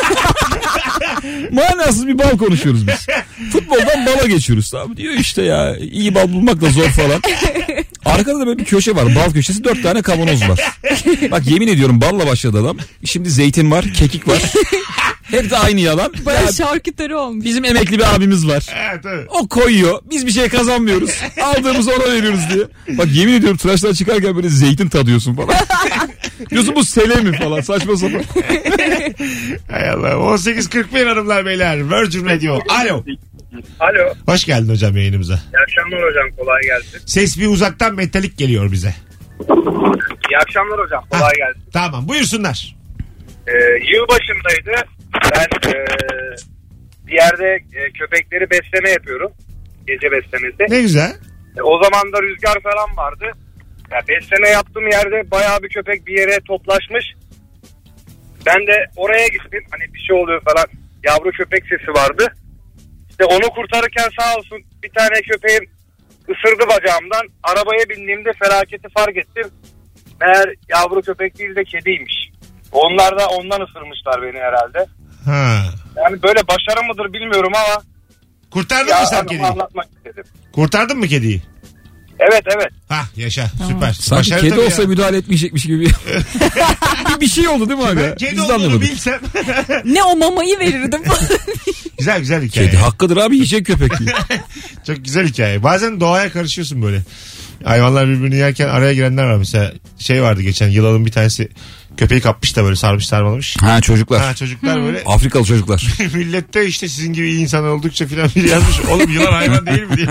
Manasız bir bal konuşuyoruz biz. Futboldan bala geçiyoruz. Tamam diyor işte ya iyi bal bulmak da zor falan. Arkada da böyle bir köşe var. Bal köşesi 4 tane kavanoz var. Bak yemin ediyorum balla başladı adam. Şimdi zeytin var, kekik var. Hep de aynı yalan. Baya Ya, şarküteri olmuş. bizim emekli bir abimiz var. Evet tabii. O koyuyor. Biz bir şey kazanmıyoruz. Aldığımızı ona veriyoruz diye. Bak yemin ediyorum tıraştan çıkarken böyle zeytin tadıyorsun falan. Diyorsun bu sele mi falan saçma sapan. Hay Allah. 18.41 hanımlar beyler. Virgin Radio. Alo. Alo. Hoş geldin hocam yayınımıza. İyi akşamlar hocam, kolay gelsin. Ses bir uzaktan metalik geliyor bize. İyi akşamlar hocam, kolay gelsin. Tamam buyursunlar. Yılbaşındaydı. Ben bir yerde köpekleri besleme yapıyorum. Gece beslemesi. Ne güzel. O zaman da rüzgar falan vardı. Ya besleme yaptığım yerde bayağı bir köpek bir yere toplaşmış. Ben de oraya gittim. Hani bir şey oluyor falan. Yavru köpek sesi vardı. İşte onu kurtarırken sağ olsun bir tane köpeğim ısırdı bacağımdan. Arabaya bindiğimde felaketi fark ettim. Meğer yavru köpek değil de kediymiş. Onlar da ondan ısırmışlar beni herhalde. Ha. Yani böyle başarı mıdır bilmiyorum ama Kurtardın ya mı sen hanım kediyi? anlatmak istedim. Kurtardın mı kediyi? Evet evet. Hah yaşa süper. Sanki Başarı kedi tabii olsa ya. müdahale etmeyecekmiş gibi. bir şey oldu değil mi Ben aga? kedi Biz de olduğunu anlamadık. bilsem. Ne o mamayı verirdim. Güzel hikaye. Kedi hakkıdır abi yiyecek köpek diye. Çok güzel hikaye. Bazen doğaya karışıyorsun böyle. Hayvanlar birbirini yerken araya girenler var. Mesela şey vardı geçen yılanın bir tanesi köpeği kapmış da böyle sarmış sarmalamış. Ha çocuklar. Ha çocuklar böyle Afrikalı çocuklar. millette işte sizin gibi iyi insan oldukça filan biri yazmış. Oğlum yılan hayvan değil mi diye.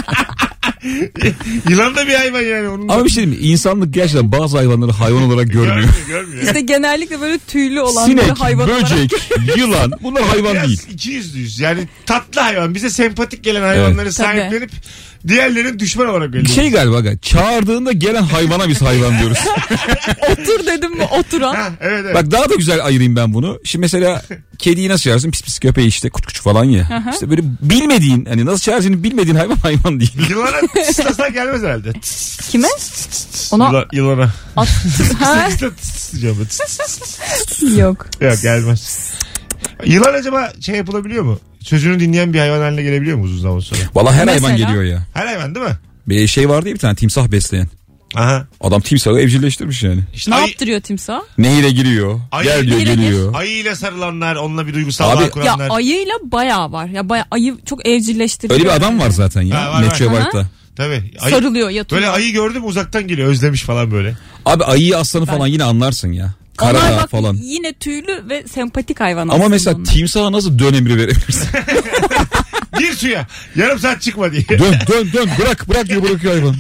Yılan da bir hayvan yani. Onun Ama bir şey diyeyim mi? İnsanlık gerçekten bazı hayvanları hayvan olarak görmüyor. görmüyor. İşte genellikle böyle tüylü olanları Sinek, hayvan olarak. böcek, yılan bunlar hayvan Biraz değil. ikiyüzlüyüz. Yani tatlı hayvan. Bize sempatik gelen hayvanları Evet. sahiplenip diğerlerini düşman olarak belirliyoruz. Şey galiba aga, çağırdığında gelen hayvana biz hayvan diyoruz. Otur dedim mi oturan. Ha, evet evet. Bak daha da güzel ayırayım ben bunu. Şimdi mesela kediyi nasıl çağırsın? Pis pis köpeği işte kuç kuç falan ya. Aha. İşte böyle bilmediğin hani nasıl çağırsın bilmediğin hayvan değil. Yılana tıslasa gelmez herhalde. Kime? Ona Yılana. at. Ha? Diyeceğim. Yok. Yok gelmez. Yılan acaba şey yapılabiliyor mu? Sözünü dinleyen bir hayvan haline gelebiliyor mu uzun zaman sonra? Vallahi her Mesela? hayvan geliyor ya. Her hayvan değil mi? Bir şey vardı ya bir tane timsah besleyen. Aha. Adam timsahı evcilleştirmiş yani. İşte Ne ayı, yaptırıyor timsah? Nehire giriyor. Ayı- Gel diyor Nehire geliyor. ayıyla sarılanlar, onunla bir duygusal Abi- bağ Ya kuranlar. ayıyla bayağı var. Ya bayağı ayı çok evcilleştiriyor. Öyle bir adam var zaten ya. Ha, var, Metro var. Park'ta. Tabii. Ayı, Sarılıyor, yatıyor. böyle ayı gördüm uzaktan geliyor, özlemiş falan böyle. Abi ayıyı aslanı falan yine anlarsın ya. Onlar Karadağ bak falan. yine tüylü ve sempatik hayvan Ama aslında mesela onlar. timsaha nasıl dön emri verebilirsin? Gir suya, yarım saat çıkma diye. dön bırak diyor, bırakıyor hayvan.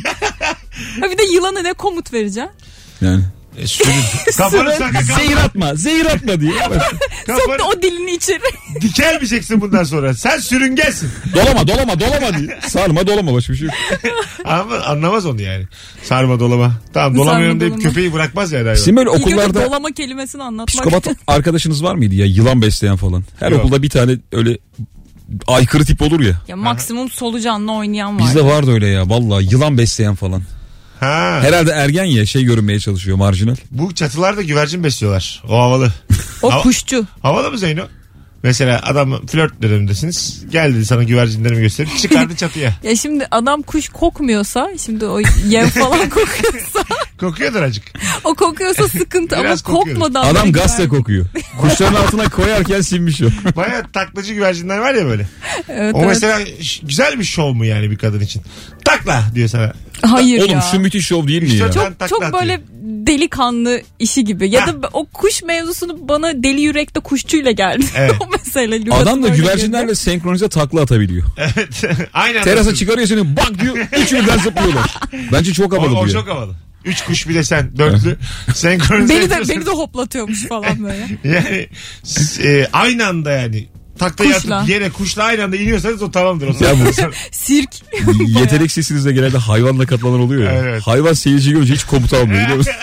Ha bir de yılana ne komut vereceksin? Yani. Sürün. Kafanı sakın Zehir atma diye. Soktu o dilini içeri. dikelmeyeceksin bundan sonra. Sen sürüngensin. dolama diye. Sarma dolama, başka bir şey yok. Ama anlamaz onu yani. Sarma dolama. Tamam, dolamıyorum Sarma deyip dolama. köpeği bırakmaz yani hayvan. Sizin böyle İlk önce okullarda dolama kelimesini anlatmak. psikopat arkadaşınız var mıydı ya, yılan besleyen falan? Her Yok. okulda bir tane öyle aykırı tip olur ya. Ya maksimum solucanla oynayan var. Bizde vardı öyle ya, vallahi yılan besleyen falan. Ha. Herhalde ergen ya, şey görünmeye çalışıyor, marjinal. Bu çatılarda güvercin besliyorlar. O havalı. O Hava- kuşçu. Havalı mı Zeyno? Mesela adam flört dönemindesiniz. Gel dedi sana güvercinlerimi gösterip çıkardı çatıya. Ya şimdi adam kuş kokmuyorsa, şimdi o yem falan kokuyorsa, Kokuyordur acık. o kokuyorsa sıkıntı ama Biraz kokuyordur. kokmadan. Adam böyle gazete güvercin. kokuyor. Kuşların altına koyarken sinmiş o. Baya taklacı güvercinler var ya böyle. Evet, O evet. mesela güzel bir şov mu yani bir kadın için? Takla diyor sana. Hayır Oğlum ya. şu müthiş şov değil mi İşte ya? çok- Çok takla böyle atıyor. delikanlı işi gibi. Ya Ha. da o kuş mevzusunu bana deli yürekte kuşçuyla geldi. Evet. O mesele. Adam da öyle güvercinlerle girdi. senkronize takla atabiliyor. Evet. Aynen. Terasa çıkarıyor seni, bak diyor, üçü birden zıplıyorlar. Bence çok havalı O bu ya. çok havalı. 3 kuş bir de sen. Dörtlü. Senkronize Beni yapıyorsun. de hoplatıyormuş falan böyle. Yani aynı anda yani. Taklaya Kuşla. atıp yere kuşla aynı anda iniyorsanız o tamamdır. O Ya bu- zaman. Sirk. Yetenek sesinizde genelde hayvanla katlanır oluyor ya. Evet. Hayvan seyirci görünce hiç komuta almıyor, biliyor musun?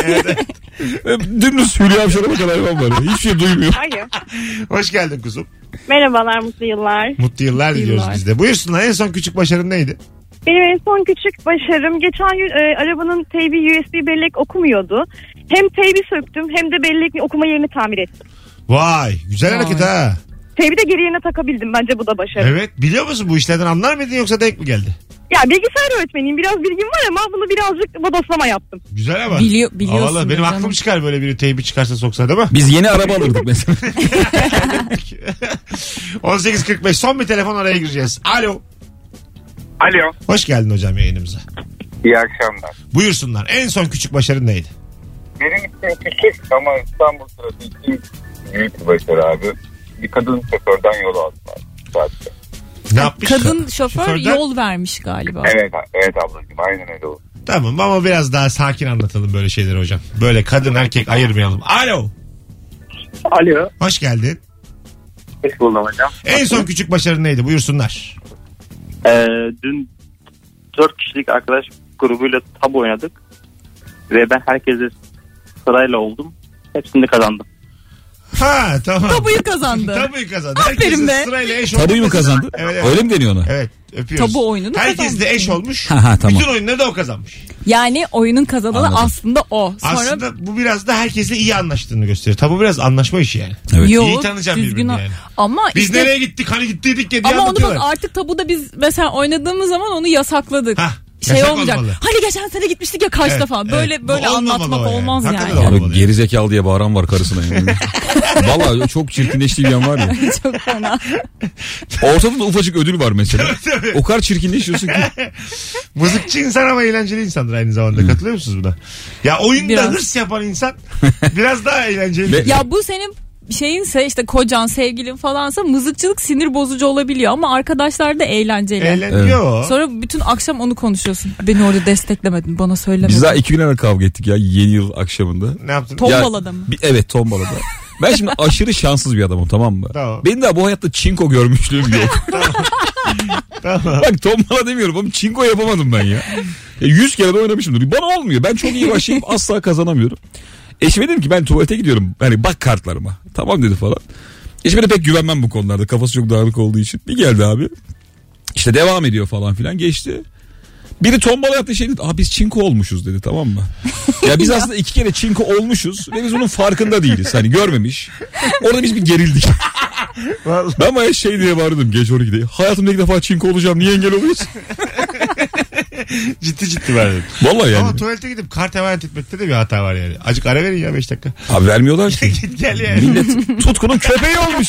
Dümdüz Hülya Avşar'a bakan hayvan var ya. Hiçbir şey duymuyor. Alo. Hoş geldin kuzum. Merhabalar, mutlu yıllar. Mutlu yıllar diliyoruz Yıllar. biz de. Buyursunlar, en son küçük başarın neydi? Benim en son küçük başarım geçen gün arabanın teybi USB bellek okumuyordu. Hem teybi söktüm hem de bellek okuma yerini tamir ettim. Vay güzel Vay. hareket ha. Teybi de geri yerine takabildim, bence bu da başarı. Evet, biliyor musun bu işlerden anlar mıydın yoksa denk mi geldi? Ya bilgisayar öğretmeniyim, biraz bilgim var ama bunu birazcık bodoslama yaptım. Güzel ama. Biliyorsun Havalı. Benim canım. aklım çıkar böyle biri teybi çıkarsa soksa değil mi? Biz yeni araba alırdık mesela. 18.45 son bir telefon, araya gireceğiz. Alo. Alo. Hoş geldin hocam yayınımıza. İyi akşamlar. Buyursunlar, en son küçük başarın neydi? Benim için küçük ama İstanbul trafiği büyük bir başarı abi. Bir kadın şoförden yol aldılar. Sadece. Ne yapmış? Kadın şoför Şoförden- yol vermiş galiba. Evet ablacığım, aynen öyle oldu. Tamam ama biraz daha sakin anlatalım böyle şeyleri hocam. Böyle kadın erkek ayırmayalım. Alo. Alo. Hoş geldin. Hoş buldum hocam. En son küçük başarın neydi? Buyursunlar. Dün 4 kişilik arkadaş grubuyla tabu oynadık. Ve ben herkese sırayla oldum. Hepsini kazandım. Ha tamam. Tabuyu kazandı. Tabuyu kazandı. Aferin Herkesin be. sırayla eş oldu. Tabuyu mu kazandı? Evet, evet. Öyle mi deniyor ona? Evet, öpüyoruz. Tabu oyununu Herkes de kazandı. eş olmuş. Ha, tamam. Bütün oyunları da o kazanmış. Yani oyunun kazananı Anladım. aslında o. Sonra Aslında bu biraz da herkesle iyi anlaştığını gösteriyor. Tabu biraz anlaşma işi yani. Evet. Yo, İyi tanıyacağım düzgün birbirini o- yani. Ama Biz işte nereye gittik, hani gittiydik diye ama onu bak anlatıyorlar. artık tabuda biz mesela oynadığımız zaman onu yasakladık. Hah, Şey yasak olmayacak. olmalı. Hani geçen sene gitmiştik ya Kaş'ta Evet, falan. evet. Böyle Bu böyle olmamalı anlatmak o yani. olmaz Hakikaten yani. olmamalı. Abi gerizekalı diye bağıran var karısına yani. Valla çok çirkinleştiği bir yan var ya. Çok fena. Ortada da ufacık ödül var mesela. Tabii. O kadar çirkinleşiyorsun ki. Mızıkçı insan ama eğlenceli insandır aynı zamanda. Katılıyor musunuz buna? Ya oyunda Biraz. hırs yapan insan biraz daha eğlenceli. Ve- Ya bu senin şeyinse işte kocan, sevgilin falansa mızıkçılık sinir bozucu olabiliyor ama arkadaşlar da eğlenceli. Eğleniyor. Sonra bütün akşam onu konuşuyorsun. Beni orada desteklemedin, bana söylemedin. Biz daha 2 gün evvel kavga ettik ya, yeni yıl akşamında. Ne yaptın? Tombalada mı? Evet, tombalada. Ben şimdi aşırı şanssız bir adamım, tamam mı? Tamam. Benim daha bu hayatta çinko görmüşlüğüm yok. Tamam. Bak tombala demiyorum ama çinko yapamadım ben ya. 100 kere de oynamışımdır. Bana olmuyor. Ben çok iyi başlayıp asla kazanamıyorum. Eşime dedim ki ben tuvalete gidiyorum. Hani bak kartlarıma. Tamam dedi falan. Eşime de pek güvenmem bu konularda. Kafası çok dağınık olduğu için. Bir geldi abi. İşte devam ediyor falan filan, geçti. Biri tombala yaptığı şey dedi. Biz çinko olmuşuz dedi, tamam mı? Ya biz aslında 2 kere çinko olmuşuz ve biz bunun farkında değiliz. Hani görmemiş. Orada biz bir gerildik. Vallahi. Ben bayağı şey diye bağırdım gece 12'de. Hayatımda ilk defa çinko olacağım. Niye engel oluyorsun? ciddi verdim. Vallahi yani. Ama tuvalete gidip kart emanet etmekte de bir hata var yani. Azıcık ara verin ya 5 dakika. Abi vermiyorlar ki. Git gel yani. Millet tutkunun köpeği olmuş.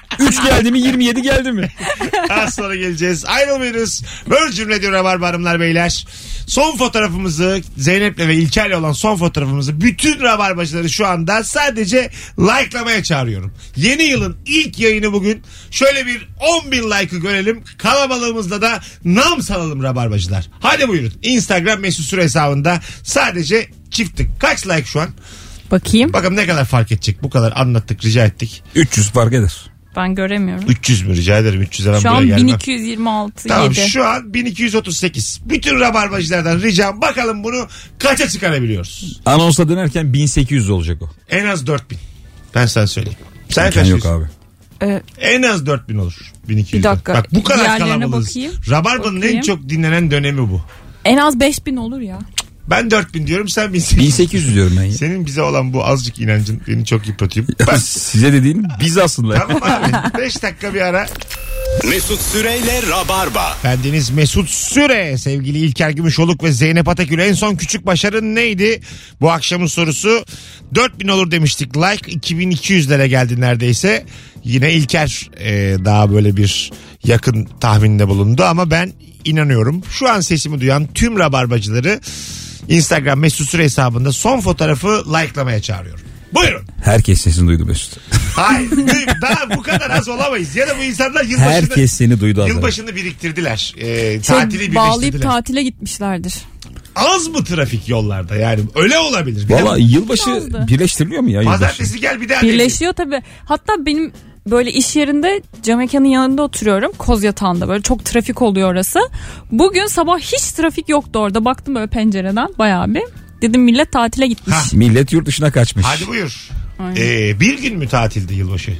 3 geldi mi 27 geldi mi? Az sonra geleceğiz. Ayrılmayınız. Virgin Radio Rabarba hanımlar beyler. Son fotoğrafımızı Zeynep'le ve İlker'le olan son fotoğrafımızı bütün Rabarbacıları şu anda sadece like'lamaya çağırıyorum. Yeni yılın ilk yayını bugün. Şöyle bir 10.000 like'ı görelim. Kalabalığımızda da nam salalım Rabarbacılar. Hadi buyurun. Instagram Mesut Süre hesabında sadece çiftlik. Kaç like şu an? Bakayım. Bakalım ne kadar fark edecek. Bu kadar anlattık, rica ettik. 300 fark eder. Ben göremiyorum. 300 mü, rica ederim. 300'e ben Şu buraya an gelmem. 1226 Tamam 7. şu an 1238. Bütün rabarbacılardan ricam bakalım bunu kaça çıkarabiliyoruz? Anonsa dönerken 1800 olacak o. En az 4000. Ben sana söyleyeyim. Sen İmkan kaç yok diyorsun? abi. En az 4000 olur. 1200. Bir dakika. Bak bu kadar Diğerlerine kalabalığız. bakayım. Rabarbanın en Bakayım. çok dinlenen dönemi bu. En az 5000 olur ya. Ben 4000 diyorum, sen 1800. 1800 diyorum ben ya. Senin bize olan bu azıcık inancın beni çok yıpratıyor. Ben... Size dediğim biz aslında. Tamam abi. 5 dakika bir ara. Mesut Süreyle Rabarba. Bendeniz Mesut Süre, sevgili İlker Gümüşoluk ve Zeynep Atakül. En son küçük başarın neydi? Bu akşamın sorusu. 4000 olur demiştik. Like 2200'lere geldi neredeyse. Yine İlker daha böyle bir yakın tahminde bulundu ama ben inanıyorum. Şu an sesimi duyan tüm rabarbacıları Instagram Mesut Süre hesabında son fotoğrafı like'lamaya çağırıyorum. Buyurun. Herkes sesini duydu Mesut. Hayır. Daha bu kadar az olamayız. Ya da bu insanlar yılbaşını... Herkes seni duydu az önce. Yılbaşını biriktirdiler. Tatili Bağlayıp birleştirdiler. tatile gitmişlerdir. Az mı trafik yollarda yani? Öyle olabilir. Bir Valla de yılbaşı Azdı. birleştiriliyor mu ya yılbaşı? pazartesi gel bir daha. Birleşiyor tabii. Hatta benim böyle iş yerinde cam mekanın yanında oturuyorum. Kozyatağında böyle çok trafik oluyor orası. Bugün sabah hiç trafik yoktu orada. Baktım böyle pencereden bayağı bir. Dedim millet tatile gitmiş. Ha. Millet yurt dışına kaçmış. Hadi buyur. Aynen. Bir gün mü tatildi yılbaşı?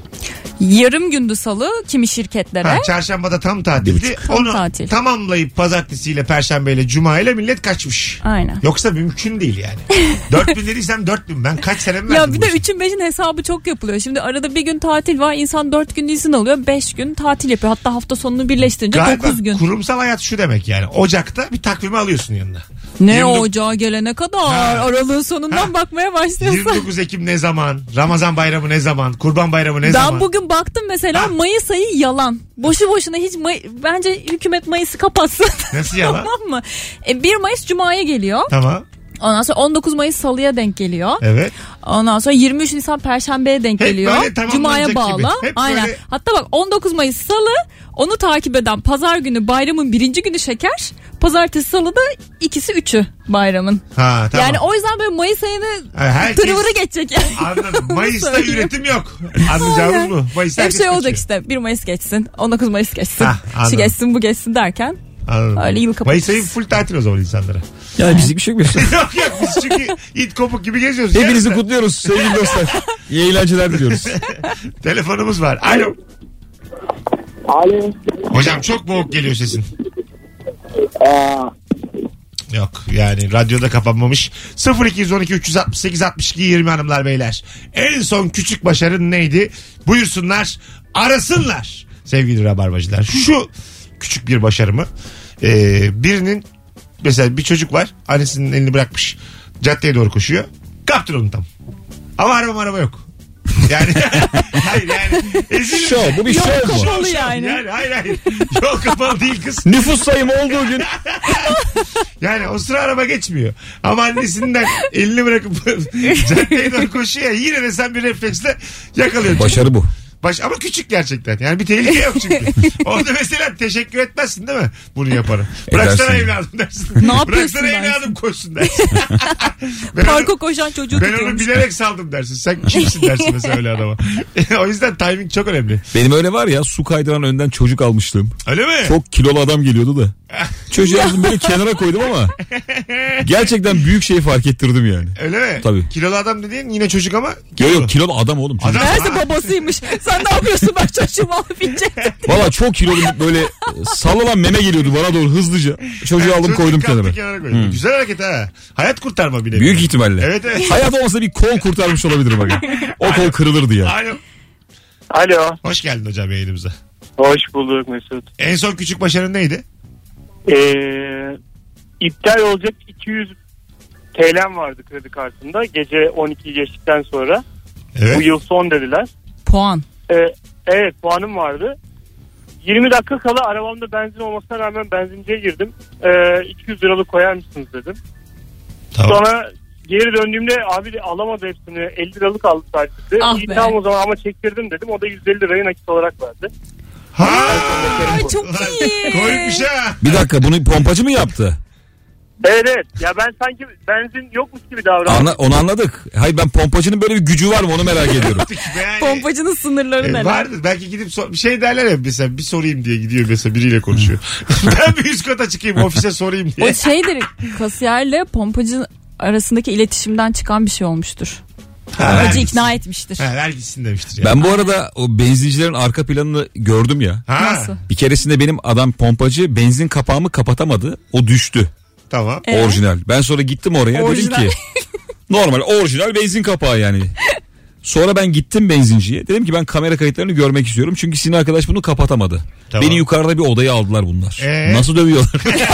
Yarım gündü salı kimi şirketlere. Ha, çarşambada tam tatildi. Tam Onu tatil. tamamlayıp pazartesiyle, perşembeyle, cumayla millet kaçmış. Aynen. Yoksa mümkün değil yani. 4000 dediysem 4000. Ben kaç sene mi Ya verdim bir bu de işe? 3'ün 5'in hesabı çok yapılıyor. Şimdi arada bir gün tatil var. İnsan 4 gün izin alıyor. 5 gün tatil yapıyor. Hatta hafta sonunu birleştirince Galiba 9 gün. kurumsal hayat şu demek yani. Ocakta bir takvimi alıyorsun yanına. Ne 29 ocağa gelene kadar Ha. aralığın sonundan Ha. bakmaya başlıyorsun. 29 Ekim ne zaman? Ramazan bayramı ne zaman? Kurban bayramı ne zaman? Ben bugün baktım mesela Ha. Mayıs ayı yalan. Boşu boşuna hiç bence hükümet Mayıs'ı kapatsın. Nasıl yalan? Tamam mı? 1 Mayıs Cuma'ya geliyor. Tamam. Ondan sonra 19 Mayıs Salı'ya denk geliyor. Evet. Ondan sonra 23 Nisan Perşembe'ye denk Hep geliyor. böyle tamamlanacak Cuma'ya bağlı. gibi. Hep Aynen. böyle- Hatta bak 19 Mayıs Salı, onu takip eden pazar günü bayramın 1. günü şeker. Pazartesi Salı da ikisi 3'ü bayramın. Ha tamam. Yani o yüzden böyle Mayıs ayını herkes- tırıvırı geçecek yani. Anladım. Mayıs'ta Söyleyeyim. üretim yok. Anlayacağımız bu. Mayıs'ta Hep herkes şey olacak kaçıyor. işte 1 Mayıs geçsin 19 Mayıs geçsin Hah, anladım. şu geçsin bu geçsin derken Anladım. öyle yıl kapatırız. Mayıs ayı full tatil o zaman insanlara. Yani bizlik bir şey yok. yok yok biz çünkü it kopuk gibi geziyoruz. Hepinizi Yarın da kutluyoruz sevgili dostlar. İyi eğlenceler diliyoruz. telefonumuz var. Alo. Alo. Hocam çok boğuk geliyor sesin. Yok yani radyoda kapanmamış. 0212 368 62 20 hanımlar beyler. En son küçük başarın neydi? Buyursunlar, arasınlar sevgili rabarbacılar. Şu küçük bir başarımı birinin mesela bir çocuk var, annesinin elini bırakmış, caddeye doğru koşuyor, kaptır onu tam. Ama araba yok. Yani hayır yani ezilmiş. Şov, bu bir Yok, şov mu? kapalı yani. Hayır. Yol kapalı değil kız. Nüfus sayımı olduğu gün Yani o sıra araba geçmiyor. Ama annesinden elini bırakıp caddeye doğru koşuyor ya, yine de sen bir refleksle yakalıyorsun. başarı bu. Ama küçük gerçekten. Yani bir tehlike yok çünkü. Orada mesela teşekkür etmezsin değil mi? Bunu yaparım. Bıraksana Edersin. evladım dersin. Ne yapıyorsun Bıraksana dersin. evladım koşsun dersin. ben Parka onu, koşan çocuğu ben onu tutuyormuş. bilerek saldım dersin. Sen kimsin dersin mesela öyle adama. O yüzden timing çok önemli. Benim öyle var ya, su kaydıran önden çocuk almıştım. Öyle mi? Çok kilolu adam geliyordu da. Çocuğu aldım böyle kenara koydum ama gerçekten büyük şeyi fark ettirdim yani. Öyle mi? Tabii. Kilolu adam dediğin yine çocuk ama. Yok kilolu adam oğlum. Çocuk. Adam- Meğerse babasıymış. Sen ne yapıyorsun, ben çocuğumu alıp inecektim. Valla çok kilolu böyle sallanan meme geliyordu bana doğru hızlıca. Çocuğu aldım Çocuk koydum kaptı kenara. koydum. Güzel hareket ha. Hayat kurtarma bir de. Büyük ihtimalle. Evet. Hayat olmasa bir kol kurtarmış olabilirim bak. O kol kırılırdı yani. Alo. Alo. Hoş geldin hocam Hoş bulduk Mesut. En son küçük başarın neydi? iptal olacak 200 TL'm vardı kredi kartında. Gece 12'yi geçtikten sonra. Evet. Bu yıl son dediler. Puan. Evet, puanım vardı. 20 dakika kala arabamda benzin olmasına rağmen benzinciye girdim. 200 liralık koyar mısınız dedim. Tamam. Sonra geri döndüğümde abi de alamadı hepsini. 50 liralık aldı sadece. Ah İyi be. tamam o zaman ama çektirdim dedim. O da 150 lirayı nakit olarak verdi. Ay, çok iyi. Koymuş ha. Bir dakika, bunu pompacı mı yaptı? Evet. Ya ben sanki benzin yokmuş gibi davrandım. Onu anladık. Hayır, ben pompacının böyle bir gücü var mı onu merak ediyorum. Yani, Pompacının sınırları neler? vardır. Belki gidip bir şey derler ya mesela, bir sorayım diye gidiyor mesela, biriyle konuşuyor. Ben bir üst kata çıkayım ofise sorayım diye. O şeydir, kasiyerle pompacı arasındaki iletişimden çıkan bir şey olmuştur. Pompacı ikna etmiştir. Ver gitsin demiştir ya. Ben bu arada o benzincilerin arka planını gördüm ya. Nasıl? Bir keresinde benim adam pompacı benzin kapağımı kapatamadı. O düştü. Tamam. Orijinal. Ben sonra gittim oraya, Orijinal. dedim ki normal orijinal benzin kapağı yani. Sonra ben gittim benzinciye. Dedim ki ben kamera kayıtlarını görmek istiyorum. Çünkü sizin arkadaş bunu kapatamadı. Tamam. Beni yukarıda bir odaya aldılar bunlar. Nasıl dövüyorlar?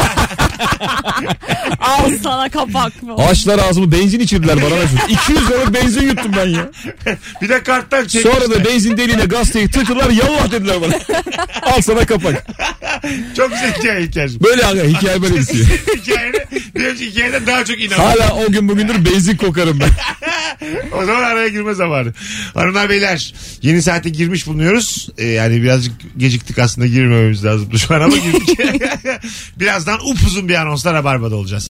Al sana kapak. Açlar ağzımı, benzin içirdiler bana. 200 liralık benzin yuttum ben ya. Bir de karttan çekmişler. Sonra da benzin deliğine gazeteyi tıktılar, yallah dediler bana. Al sana kapak. Çok güzel hikaye İlker'cim. Böyle hikaye böyle bitiyor. Hikayene bir önceki hikayeden daha çok inandım. Hala o gün bugündür benzin kokarım ben. O zaman araya girme zamanı. Hanımlar beyler, yeni saate girmiş bulunuyoruz. Yani birazcık geciktik aslında, girmememiz lazımdı şu an ama girdik. Birazdan upuzun bir anonsla Rabarba'da olacağız.